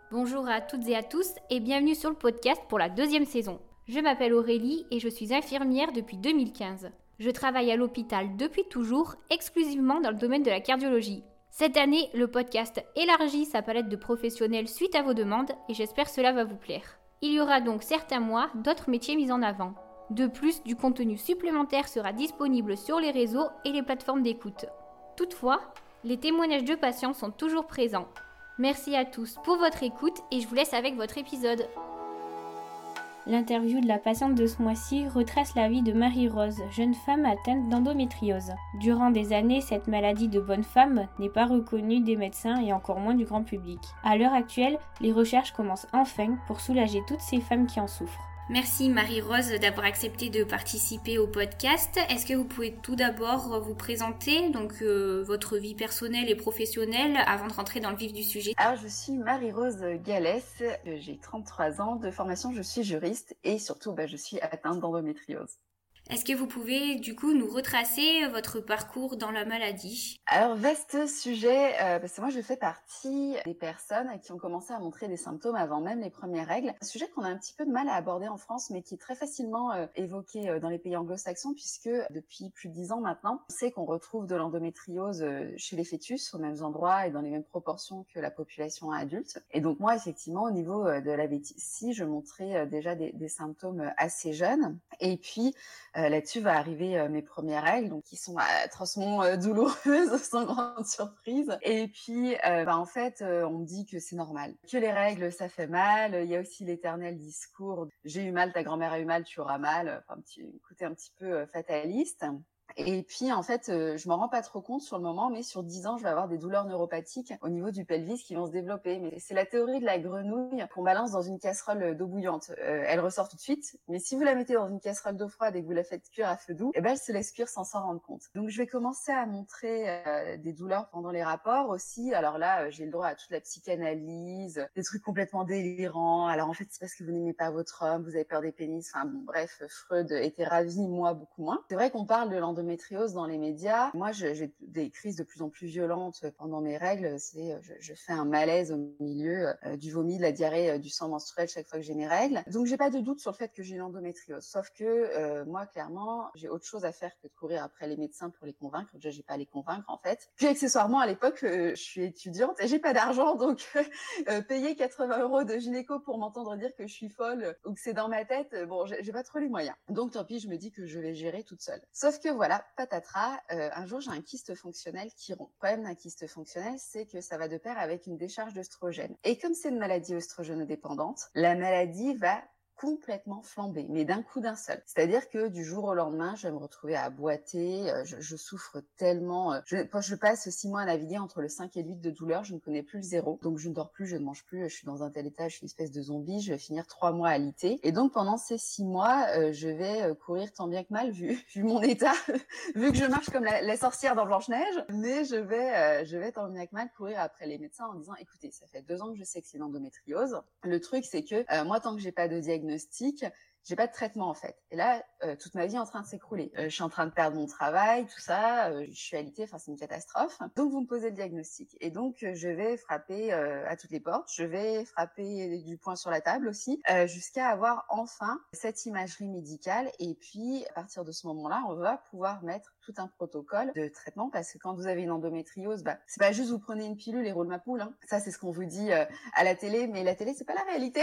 Bonjour à toutes et à tous et bienvenue sur le podcast pour la deuxième saison. Je m'appelle Aurélie et je suis infirmière depuis 2015. Je travaille à l'hôpital depuis toujours, exclusivement dans le domaine de la cardiologie. Cette année, le podcast élargit sa palette de professionnels suite à vos demandes et j'espère que cela va vous plaire. Il y aura donc certains mois d'autres métiers mis en avant. De plus, du contenu supplémentaire sera disponible sur les réseaux et les plateformes d'écoute. Toutefois, les témoignages de patients sont toujours présents. Merci à tous pour votre écoute et je vous laisse avec votre épisode. L'interview de la patiente de ce mois-ci retrace la vie de Marie-Rose, jeune femme atteinte d'endométriose. Durant des années, cette maladie de bonne femme n'est pas reconnue des médecins et encore moins du grand public. À l'heure actuelle, les recherches commencent enfin pour soulager toutes ces femmes qui en souffrent. Merci Marie-Rose d'avoir accepté de participer au podcast. Est-ce que vous pouvez tout d'abord vous présenter, votre vie personnelle et professionnelle, avant de rentrer dans le vif du sujet? Alors, je suis Marie-Rose Gallès, j'ai 33 ans, de formation je suis juriste et surtout je suis atteinte d'endométriose. Est-ce que vous pouvez du coup nous retracer votre parcours dans la maladie? Alors, vaste sujet, parce que moi je fais partie des personnes qui ont commencé à montrer des symptômes avant même les premières règles. Un sujet qu'on a un petit peu de mal à aborder en France, mais qui est très facilement évoqué dans les pays anglo-saxons, puisque depuis plus de 10 ans maintenant, on sait qu'on retrouve de l'endométriose chez les fœtus, aux mêmes endroits et dans les mêmes proportions que la population adulte. Et donc moi, effectivement, au niveau de la vessie, je montrais déjà des symptômes assez jeunes. Et puis, là-dessus va arriver mes premières règles, donc qui sont atrocement douloureuses, sans grande surprise. Et puis, en fait, on me dit que c'est normal, que les règles, ça fait mal. Il y a aussi l'éternel discours « j'ai eu mal, ta grand-mère a eu mal, tu auras mal ». Enfin, un côté un petit peu fataliste. Et puis, en fait, je m'en rends pas trop compte sur le moment, mais sur 10 ans, je vais avoir des douleurs neuropathiques au niveau du pelvis qui vont se développer. Mais c'est la théorie de la grenouille qu'on balance dans une casserole d'eau bouillante. Elle ressort tout de suite, mais si vous la mettez dans une casserole d'eau froide et que vous la faites cuire à feu doux, elle se laisse cuire sans s'en rendre compte. Donc, je vais commencer à montrer des douleurs pendant les rapports aussi. Alors là, j'ai le droit à toute la psychanalyse, des trucs complètement délirants. Alors en fait, c'est parce que vous n'aimez pas votre homme, vous avez peur des pénis. Enfin bon, bref, Freud était ravi, moi beaucoup moins. C'est vrai qu'on parle de l'endométriose dans les médias. Moi, j'ai des crises de plus en plus violentes pendant mes règles. Je fais un malaise au milieu, du vomi, de la diarrhée, du sang menstruel chaque fois que j'ai mes règles. Donc, j'ai pas de doute sur le fait que j'ai une endométriose. Sauf que moi, clairement, j'ai autre chose à faire que de courir après les médecins pour les convaincre. Déjà, j'ai pas à les convaincre en fait. Puis accessoirement, à l'époque, je suis étudiante et j'ai pas d'argent, donc payer 80 € de gynéco pour m'entendre dire que je suis folle ou que c'est dans ma tête, j'ai pas trop les moyens. Donc tant pis, je me dis que je vais gérer toute seule. Sauf que voilà, patatras, un jour j'ai un kyste fonctionnel qui rompt. Le problème d'un kyste fonctionnel, c'est que ça va de pair avec une décharge d'œstrogène. Et comme c'est une maladie œstrogénodépendante, la maladie va complètement flambé, mais d'un coup d'un seul. C'est-à-dire que du jour au lendemain, je vais me retrouver à boiter, je souffre tellement. Je passe 6 mois à naviguer entre le 5 et le 8 de douleur, je ne connais plus le 0. Donc je ne dors plus, je ne mange plus, je suis dans un tel état, je suis une espèce de zombie, je vais finir 3 mois alité. Et donc pendant ces 6 mois, je vais courir tant bien que mal, vu mon état, vu que je marche comme la sorcière dans Blanche-Neige, mais je vais tant bien que mal courir après les médecins en disant, écoutez, ça fait 2 ans que je sais que c'est une endométriose. Le truc, c'est que moi, tant que j'ai pas de diagnostic, j'ai pas de traitement en fait. Et là, toute ma vie est en train de s'écrouler. Je suis en train de perdre mon travail, tout ça. Je suis alitée, enfin c'est une catastrophe. Donc vous me posez le diagnostic. Et donc je vais frapper à toutes les portes. Je vais frapper du poing sur la table aussi, jusqu'à avoir enfin cette imagerie médicale. Et puis à partir de ce moment-là, on va pouvoir mettre tout un protocole de traitement, parce que quand vous avez une endométriose, c'est pas juste vous prenez une pilule et roule ma poule. Hein. Ça c'est ce qu'on vous dit à la télé, mais la télé c'est pas la réalité.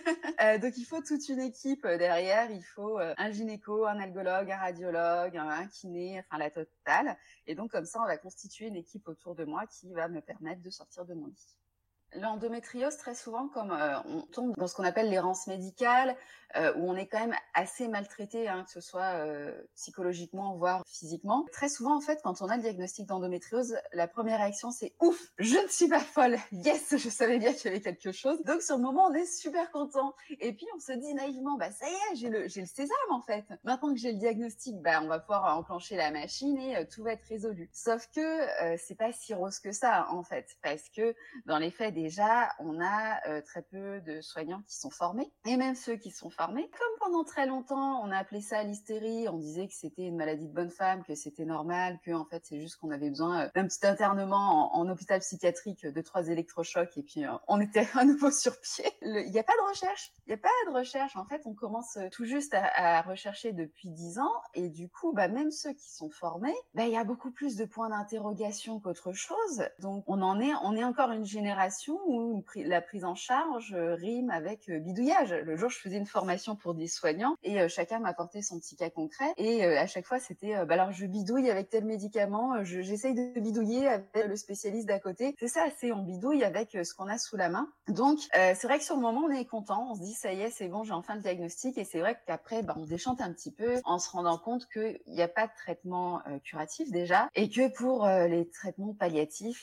Donc il faut toute une équipe derrière, il faut un gynéco, un algologue, un radiologue, un kiné, enfin la totale. Et donc comme ça, on va constituer une équipe autour de moi qui va me permettre de sortir de mon lit. L'endométriose, très souvent, comme on tombe dans ce qu'on appelle l'errance médicale, où on est quand même assez maltraité, hein, que ce soit psychologiquement, voire physiquement. Très souvent, en fait, quand on a le diagnostic d'endométriose, la première réaction, c'est « Ouf, je ne suis pas folle. Yes, je savais bien qu'il y avait quelque chose. » Donc, sur le moment, on est super content. Et puis, on se dit naïvement, ça y est, j'ai le sésame, en fait. Maintenant que j'ai le diagnostic, on va pouvoir enclencher la machine et tout va être résolu. Sauf que c'est pas si rose que ça, en fait, parce que dans les faits, déjà, on a très peu de soignants qui sont formés. Et même ceux qui sont formés, comme pendant très longtemps, on a appelé ça l'hystérie, on disait que c'était une maladie de bonne femme, que c'était normal, que en fait, c'est juste qu'on avait besoin d'un petit internement en hôpital psychiatrique de 3 électrochocs et puis on était à nouveau sur pied. Il n'y a pas de recherche. Il n'y a pas de recherche. En fait, on commence tout juste à rechercher depuis 10 ans et du coup, même ceux qui sont formés, il y a beaucoup plus de points d'interrogation qu'autre chose. Donc, on est encore une génération où la prise en charge rime avec bidouillage. Le jour, je faisais une formation pour des soignants et chacun m'apportait son petit cas concret et à chaque fois, c'était alors je bidouille avec tel médicament, j'essaye de bidouiller avec le spécialiste d'à côté. C'est ça, on bidouille avec ce qu'on a sous la main. Donc, c'est vrai que sur le moment, on est content, on se dit ça y est, c'est bon, j'ai enfin le diagnostic et c'est vrai qu'après, on déchante un petit peu en se rendant compte qu'il n'y a pas de traitement curatif déjà et que pour les traitements palliatifs,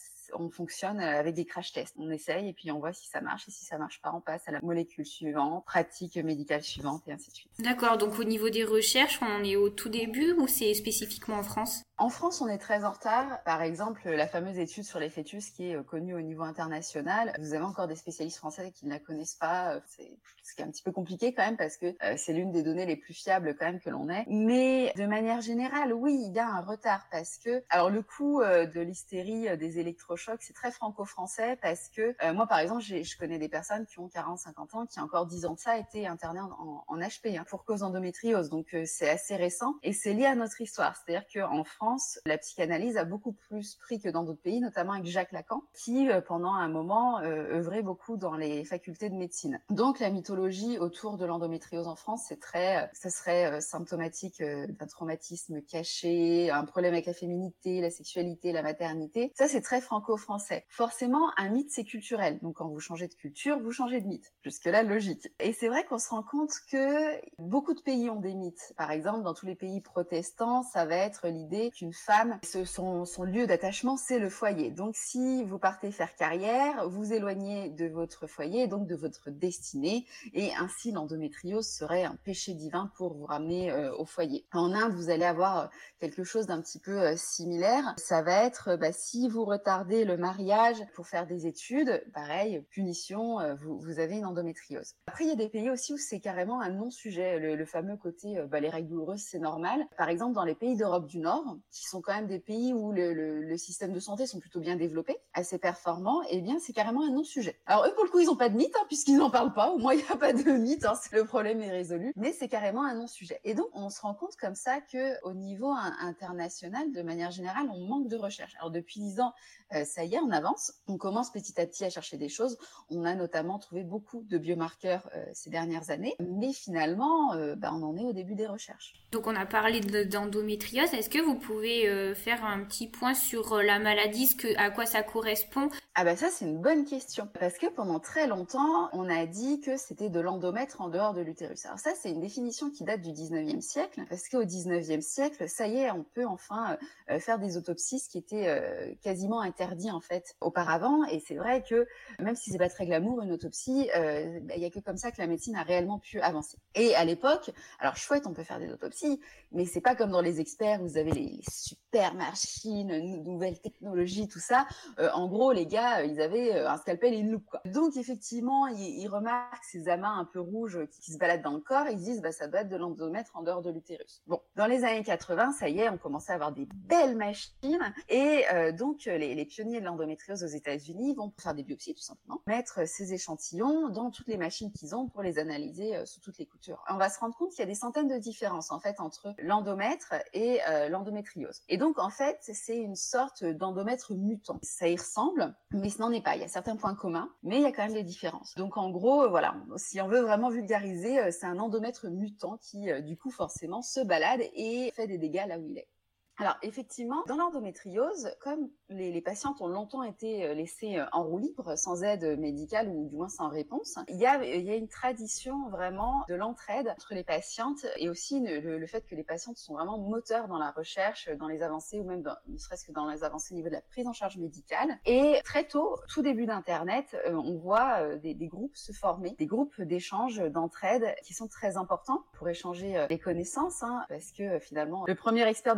on fonctionne avec des crash tests. On essaye et puis on voit si ça marche et si ça marche pas, on passe à la molécule suivante, pratique médicale suivante et ainsi de suite. D'accord, donc au niveau des recherches, on en est au tout début ou c'est spécifiquement en France ? En France, on est très en retard. Par exemple, la fameuse étude sur les fœtus qui est connue au niveau international, vous avez encore des spécialistes français qui ne la connaissent pas. C'est un petit peu compliqué quand même parce que c'est l'une des données les plus fiables quand même que l'on ait. Mais de manière générale, oui, il y a un retard parce que, alors le coût de l'hystérie des électrochocs, c'est très franco-français parce que moi, par exemple, je connais des personnes qui ont 40, 50 ans, qui, encore 10 ans de ça, étaient internées en HP pour cause d'endométriose. Donc, c'est assez récent et c'est lié à notre histoire. C'est-à-dire qu'en France, la psychanalyse a beaucoup plus pris que dans d'autres pays, notamment avec Jacques Lacan, qui, pendant un moment, œuvrait beaucoup dans les facultés de médecine. Donc, la mythologie autour de l'endométriose en France, ça serait symptomatique d'un traumatisme caché, un problème avec la féminité, la sexualité, la maternité. Ça, c'est très franco-français. Forcément, un mythe, c'est culturel. Donc, quand vous changez de culture, vous changez de mythe. Jusque-là, logique. Et c'est vrai qu'on se rend compte que beaucoup de pays ont des mythes. Par exemple, dans tous les pays protestants, ça va être l'idée qu'une femme, son lieu d'attachement, c'est le foyer. Donc, si vous partez faire carrière, vous éloignez de votre foyer, donc de votre destinée, et ainsi l'endométriose serait un péché divin pour vous ramener au foyer. En Inde, vous allez avoir quelque chose d'un petit peu similaire. Ça va être, si vous retardez le mariage pour faire des études, pareil, punition, vous avez une endométriose. Après, il y a des pays aussi où c'est carrément un non-sujet. Le fameux côté, les règles douloureuses, c'est normal. Par exemple, dans les pays d'Europe du Nord, qui sont quand même des pays où le système de santé sont plutôt bien développés, assez performants, eh bien, c'est carrément un non-sujet. Alors, eux, pour le coup, ils n'ont pas de mythe, puisqu'ils n'en parlent pas. Au moins, il n'y a pas de mythe, le problème est résolu. Mais c'est carrément un non-sujet. Et donc, on se rend compte comme ça qu'au niveau international, de manière générale, on manque de recherche. Alors, depuis 10 ans, ça y est, on avance. On commence petit à petit à chercher des choses. On a notamment trouvé beaucoup de biomarqueurs ces dernières années. Mais finalement, on en est au début des recherches. Donc, on a parlé d'endométriose. Est-ce que vous pouvez faire un petit point sur la maladie, à quoi ça correspond? Ça, c'est une bonne question. Parce que pendant très longtemps, on a dit que c'était de l'endomètre en dehors de l'utérus. Alors ça, c'est une définition qui date du 19e siècle. Parce qu'au 19e siècle, ça y est, on peut enfin faire des autopsies, ce qui était quasiment interdit en fait auparavant. Et c'est vrai que même si c'est pas très glamour, une autopsie, il y a que comme ça que la médecine a réellement pu avancer. Et à l'époque, alors chouette, on peut faire des autopsies, mais c'est pas comme dans les experts, vous avez les super machines, nouvelles technologies, tout ça. En gros, les gars, ils avaient un scalpel et une loupe, quoi. Donc, effectivement, ils remarquent ces amas un peu rouges qui se baladent dans le corps. Ils disent, ça doit être de l'endomètre en dehors de l'utérus. Bon, dans les années 80, ça y est, on commençait à avoir des belles machines. Et donc, les pionniers de l'endométriose aux États-Unis vont faire des biopsies, tout simplement, mettre ces échantillons dans toutes les machines qu'ils ont pour les analyser sous toutes les coutures. On va se rendre compte qu'il y a des centaines de différences, en fait, entre l'endomètre et l'endométriose. Et donc, en fait, c'est une sorte d'endomètre mutant. Ça y ressemble, mais ce n'en est pas. Il y a certains points communs, mais il y a quand même des différences. Donc, en gros, voilà, si on veut vraiment vulgariser, c'est un endomètre mutant qui, du coup, forcément, se balade et fait des dégâts là où il est. Alors, effectivement, dans l'endométriose, comme les patientes ont longtemps été laissées en roue libre, sans aide médicale ou du moins sans réponse, il y a une tradition vraiment de l'entraide entre les patientes et aussi le fait que les patientes sont vraiment moteurs dans la recherche, dans les avancées ou même ne serait-ce que dans les avancées au niveau de la prise en charge médicale. Et très tôt, tout début d'Internet, on voit des groupes se former, des groupes d'échange, d'entraide qui sont très importants pour échanger les connaissances, parce que finalement, le premier expert de sa maladie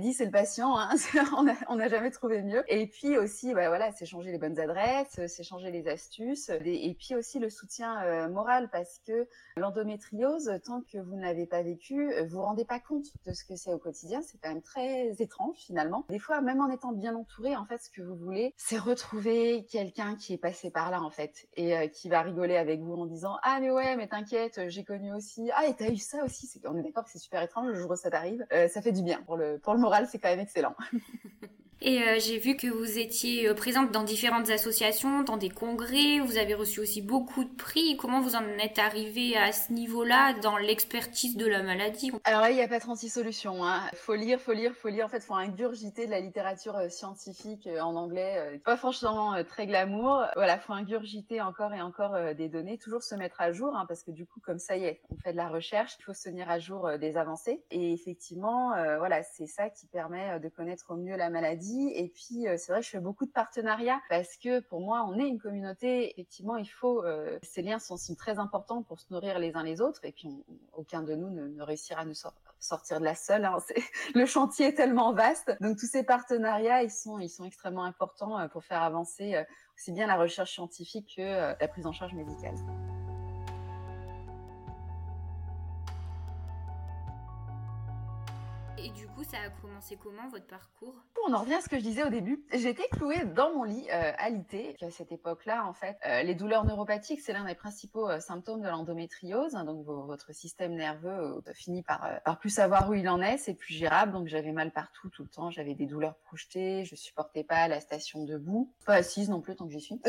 dit, c'est le patient. Hein. On n'a jamais trouvé mieux. Et puis aussi, voilà, c'est changer les bonnes adresses, c'est changer les astuces, et puis aussi le soutien moral, parce que l'endométriose, tant que vous ne l'avez pas vécu, vous vous rendez pas compte de ce que c'est au quotidien. C'est quand même très étrange finalement. Des fois, même en étant bien entouré, en fait, ce que vous voulez, c'est retrouver quelqu'un qui est passé par là, en fait, et qui va rigoler avec vous en disant ah mais ouais, mais t'inquiète, j'ai connu aussi. Ah et t'as eu ça aussi. On est d'accord que c'est super étrange le jour où ça t'arrive. Ça fait du bien pour le moral, c'est quand même excellent. Et j'ai vu que vous étiez présente dans différentes associations, dans des congrès, vous avez reçu aussi beaucoup de prix. Comment vous en êtes arrivée à ce niveau-là dans l'expertise de la maladie? Alors là, il n'y a pas 36 solutions. Hein. Faut lire. En fait, faut ingurgiter de la littérature scientifique en anglais. Pas franchement très glamour. Voilà, faut ingurgiter encore et encore des données. Toujours se mettre à jour, hein, parce que du coup, comme ça y est, on fait de la recherche. Il faut se tenir à jour des avancées. Et effectivement, voilà, c'est ça qui permet de connaître au mieux la maladie. Et puis, c'est vrai que je fais beaucoup de partenariats parce que pour moi, on est une communauté. Effectivement, il faut... ces liens sont très importants pour se nourrir les uns les autres. Et puis, aucun de nous ne réussira à nous sortir de là seul. Hein. Le chantier est tellement vaste. Donc, tous ces partenariats, ils sont extrêmement importants pour faire avancer aussi bien la recherche scientifique que la prise en charge médicale. Et du coup, ça a commencé comment votre parcours? On en revient à ce que je disais au début. J'étais clouée dans mon lit, alitée. À cette époque-là, en fait, les douleurs neuropathiques, c'est l'un des principaux symptômes de l'endométriose. Donc, votre système nerveux finit par plus savoir où il en est. C'est plus gérable. Donc, j'avais mal partout, tout le temps. J'avais des douleurs projetées. Je supportais pas la station debout. Pas assise non plus tant que j'y suis.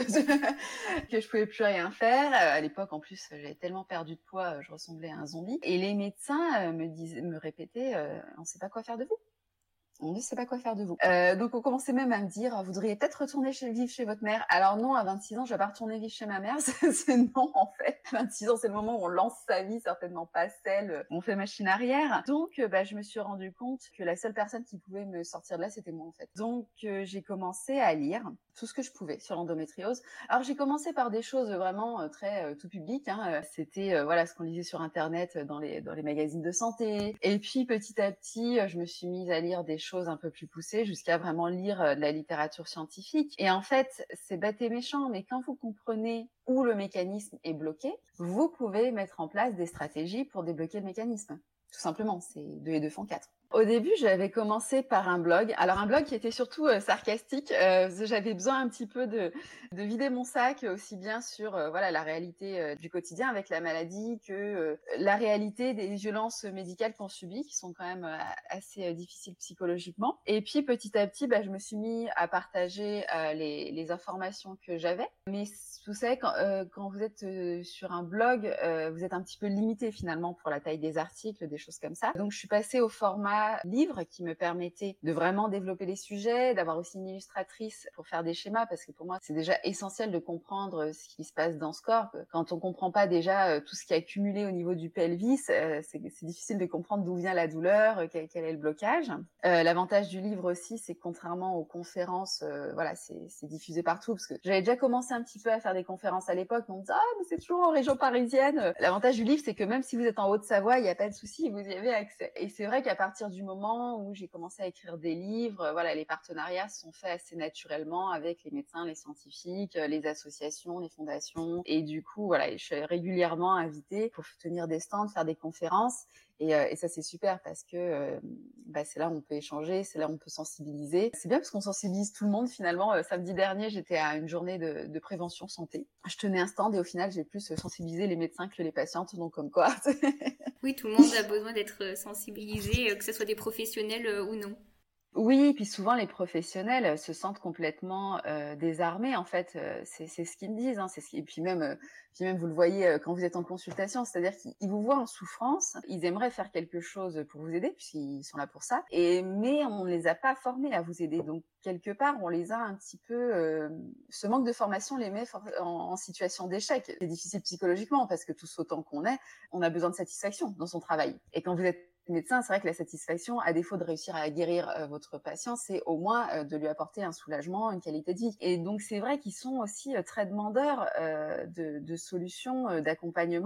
Que je pouvais plus rien faire. À l'époque, en plus, j'avais tellement perdu de poids, je ressemblais à un zombie. Et les médecins me répétaient, on sait pas quoi faire de vous. On ne sait pas quoi faire de vous. Donc, on commençait même à me dire, vous devriez peut-être retourner vivre chez votre mère. Alors non, à 26 ans, je vais pas retourner vivre chez ma mère. C'est non, en fait. À 26 ans, c'est le moment où on lance sa vie, certainement pas celle où on fait machine arrière. Donc, je me suis rendu compte que la seule personne qui pouvait me sortir de là, c'était moi, en fait. Donc, j'ai commencé à lire tout ce que je pouvais sur l'endométriose. Alors, j'ai commencé par des choses vraiment très tout public. Hein. C'était voilà ce qu'on lisait sur Internet dans les magazines de santé. Et puis, petit à petit, je me suis mise à lire des choses un peu plus poussées jusqu'à vraiment lire de la littérature scientifique. Et en fait, c'est bête et méchant, mais quand vous comprenez où le mécanisme est bloqué, vous pouvez mettre en place des stratégies pour débloquer le mécanisme. Tout simplement, c'est 2 et 2 font 4. Au début, j'avais commencé par un blog. Alors, un blog qui était surtout sarcastique. J'avais besoin un petit peu de vider mon sac, aussi bien sur voilà la réalité du quotidien avec la maladie que la réalité des violences médicales qu'on subit, qui sont quand même assez difficiles psychologiquement. Et puis, petit à petit, je me suis mis à partager les informations que j'avais. Mais vous savez, quand vous êtes sur un blog, vous êtes un petit peu limité finalement pour la taille des articles, des choses comme ça. Donc, je suis passée au format livre qui me permettait de vraiment développer les sujets, d'avoir aussi une illustratrice pour faire des schémas, parce que pour moi, c'est déjà essentiel de comprendre ce qui se passe dans ce corps. Quand on comprend pas déjà tout ce qui est accumulé au niveau du pelvis, c'est difficile de comprendre d'où vient la douleur, quel est le blocage. L'avantage du livre aussi, c'est que contrairement aux conférences, voilà, c'est diffusé partout, parce que j'avais déjà commencé un petit peu à faire des conférences à l'époque, mais on me disait ah mais c'est toujours en région parisienne. L'avantage du livre, c'est que même si vous êtes en Haute-Savoie, il n'y a pas de souci, vous y avez accès. Et c'est vrai qu'à partir du moment où j'ai commencé à écrire des livres, voilà, les partenariats se sont faits assez naturellement avec les médecins, les scientifiques, les associations, les fondations. Et du coup, voilà, je suis régulièrement invitée pour tenir des stands, faire des conférences. Et ça, c'est super parce que c'est là où on peut échanger, c'est là où on peut sensibiliser. C'est bien parce qu'on sensibilise tout le monde finalement. Samedi dernier, j'étais à une journée de prévention santé. Je tenais un stand et au final, j'ai plus sensibilisé les médecins que les patientes, donc comme quoi. Oui, tout le monde a besoin d'être sensibilisé, que ce soit des professionnels ou non. Oui, puis souvent les professionnels se sentent complètement désarmés en fait. C'est ce qu'ils me disent. Hein, et puis même vous le voyez quand vous êtes en consultation, c'est-à-dire qu'ils vous voient en souffrance. Ils aimeraient faire quelque chose pour vous aider puisqu'ils sont là pour ça. Mais on ne les a pas formés à vous aider. Donc quelque part, on les a un petit peu. Ce manque de formation les met en situation d'échec. C'est difficile psychologiquement parce que tous autant qu'on est, on a besoin de satisfaction dans son travail. Et quand vous êtes médecin, c'est vrai que la satisfaction, à défaut de réussir à guérir votre patient, c'est au moins de lui apporter un soulagement, une qualité de vie. Et donc, c'est vrai qu'ils sont aussi très demandeurs de solutions, d'accompagnement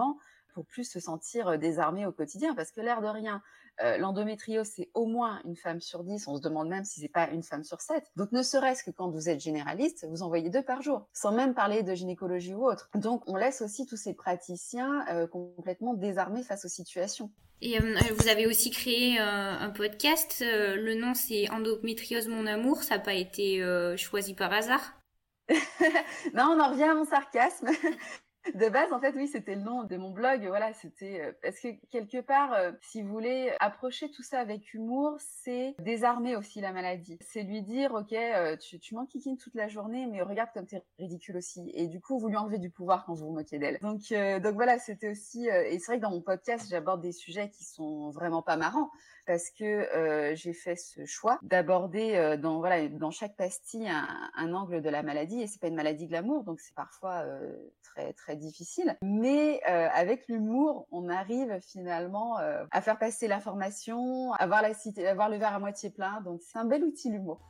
pour plus se sentir désarmée au quotidien. Parce que l'air de rien, l'endométriose, c'est au moins une femme sur 10. On se demande même si c'est pas une femme sur 7. Donc, ne serait-ce que quand vous êtes généraliste, vous en voyez 2 par jour, sans même parler de gynécologie ou autre. Donc, on laisse aussi tous ces praticiens complètement désarmés face aux situations. Et vous avez aussi créé un podcast. Le nom, c'est Endométriose Mon Amour. Ça n'a pas été choisi par hasard? Non, on en revient à mon sarcasme. De base, en fait, oui, c'était le nom de mon blog. Voilà, c'était parce que quelque part, si vous voulez approcher tout ça avec humour, c'est désarmer aussi la maladie. C'est lui dire, ok, tu m'enquiquines toute la journée, mais regarde comme t'es ridicule aussi. Et du coup, vous lui enlevez du pouvoir quand vous vous moquez d'elle. Donc voilà, c'était aussi. Et c'est vrai que dans mon podcast, j'aborde des sujets qui sont vraiment pas marrants parce que j'ai fait ce choix d'aborder dans chaque pastille un angle de la maladie. Et c'est pas une maladie glamour, donc c'est parfois très très difficile. Mais avec l'humour, on arrive finalement à faire passer l'information, à voir le verre à moitié plein. Donc c'est un bel outil, l'humour.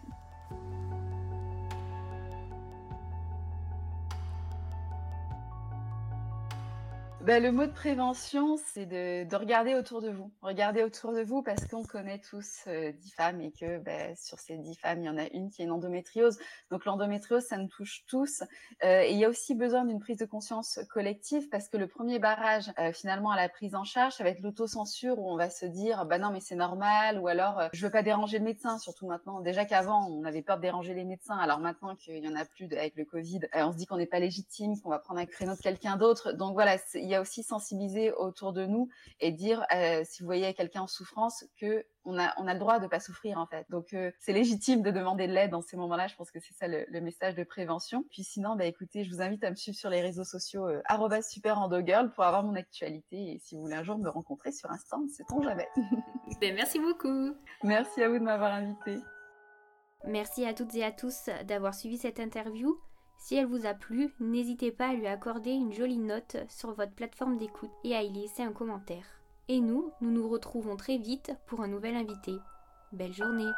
Le mot de prévention, c'est de regarder autour de vous. Regarder autour de vous parce qu'on connaît tous 10 femmes et que sur ces 10 femmes, il y en a une qui a une endométriose. Donc l'endométriose, ça nous touche tous. Et il y a aussi besoin d'une prise de conscience collective parce que le premier barrage finalement à la prise en charge, ça va être l'autocensure où on va se dire bah non mais c'est normal ou alors je veux pas déranger le médecin, surtout maintenant. Déjà qu'avant, on avait peur de déranger les médecins. Alors maintenant qu'il y en a plus avec le Covid, on se dit qu'on n'est pas légitime, qu'on va prendre un créneau de quelqu'un d'autre. Donc voilà, il y a aussi sensibiliser autour de nous et dire si vous voyez quelqu'un en souffrance que on a le droit de pas souffrir en fait. Donc c'est légitime de demander de l'aide dans ces moments-là. Je pense que c'est ça le message de prévention. Puis sinon, écoutez, je vous invite à me suivre sur les réseaux sociaux @superendogirl pour avoir mon actualité et si vous voulez un jour me rencontrer sur Insta, sait-on jamais. Merci beaucoup. Merci à vous de m'avoir invité. Merci à toutes et à tous d'avoir suivi cette interview. Si elle vous a plu, n'hésitez pas à lui accorder une jolie note sur votre plateforme d'écoute et à y laisser un commentaire. Et nous nous retrouvons très vite pour un nouvel invité. Belle journée!